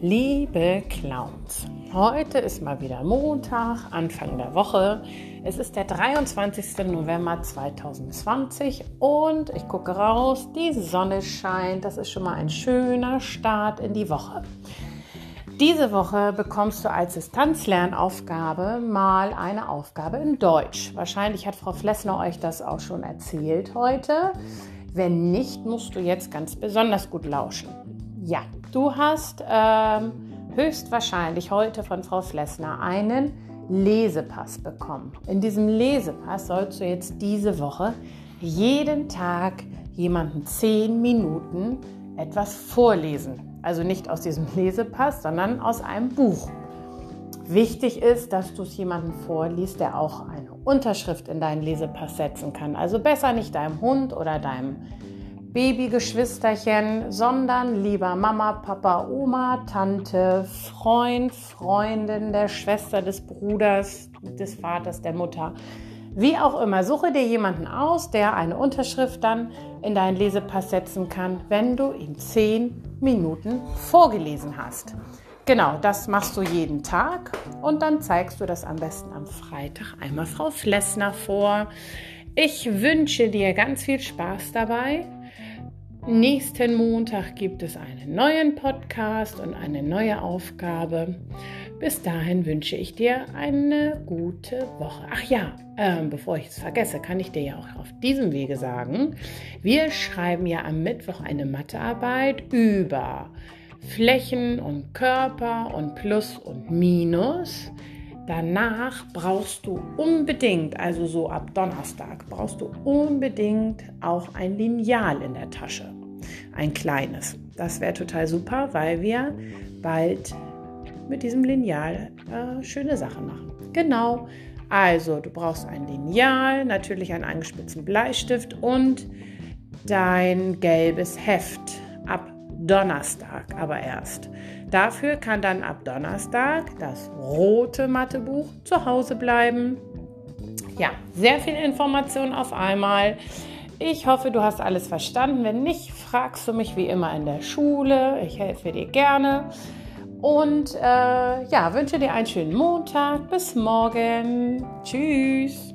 Liebe Clowns, heute ist mal wieder Montag, Anfang der Woche. Es ist der 23. November 2020 und ich gucke raus, die Sonne scheint. Das ist schon mal ein schöner Start in die Woche. Diese Woche bekommst du als Distanzlernaufgabe mal eine Aufgabe in Deutsch. Wahrscheinlich hat Frau Flessner euch das auch schon erzählt heute. Wenn nicht, musst du jetzt ganz besonders gut lauschen. Ja, du hast höchstwahrscheinlich heute von Frau Flessner einen Lesepass bekommen. In diesem Lesepass sollst du jetzt diese Woche jeden Tag jemandem 10 Minuten etwas vorlesen. Also nicht aus diesem Lesepass, sondern aus einem Buch. Wichtig ist, dass du es jemandem vorliest, der auch eine Unterschrift in deinen Lesepass setzen kann. Also besser nicht deinem Hund oder deinem Babygeschwisterchen, sondern lieber Mama, Papa, Oma, Tante, Freund, Freundin, der Schwester, des Bruders, des Vaters, der Mutter. Wie auch immer, suche dir jemanden aus, der eine Unterschrift dann in deinen Lesepass setzen kann, wenn du ihm 10 Minuten vorgelesen hast. Genau, das machst du jeden Tag und dann zeigst du das am besten am Freitag einmal Frau Flessner vor. Ich wünsche dir ganz viel Spaß dabei. Nächsten Montag gibt es einen neuen Podcast und eine neue Aufgabe. Bis dahin wünsche ich dir eine gute Woche. Ach ja, bevor ich es vergesse, kann ich dir ja auch auf diesem Wege sagen, wir schreiben ja am Mittwoch eine Mathearbeit über Flächen und Körper und Plus und Minus. Danach brauchst du unbedingt, also so ab Donnerstag, brauchst du unbedingt auch ein Lineal in der Tasche. Ein kleines. Das wäre total super, weil wir bald mit diesem Lineal schöne Sachen machen. Genau. Also du brauchst ein Lineal, natürlich einen angespitzten Bleistift und dein gelbes Heft. Ab Donnerstag aber erst. Dafür kann dann ab Donnerstag das rote Mathebuch zu Hause bleiben. Ja, sehr viel Information auf einmal. Ich hoffe, du hast alles verstanden. Wenn nicht, fragst du mich wie immer in der Schule. Ich helfe dir gerne. Und wünsche dir einen schönen Montag. Bis morgen. Tschüss.